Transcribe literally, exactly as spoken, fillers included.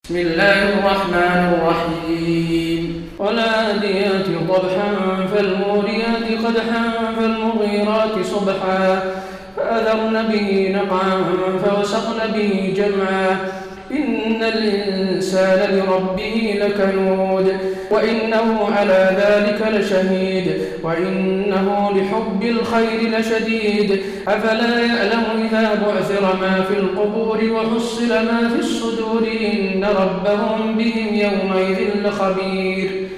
بسم الله الرحمن الرحيم والعاديات ضبحا فالموريات قدحا فالمغيرات صبحا فأثرن به نقعا فوسقن به جمعا إن الإنسان لربه لكنود وإنه على ذلك لشهيد وإنه لحب الخير لشديد أفلا يعلم إذا بعثر ما في القبور وحصل ما في الصدور إن ربهم بهم يومئذ لخبير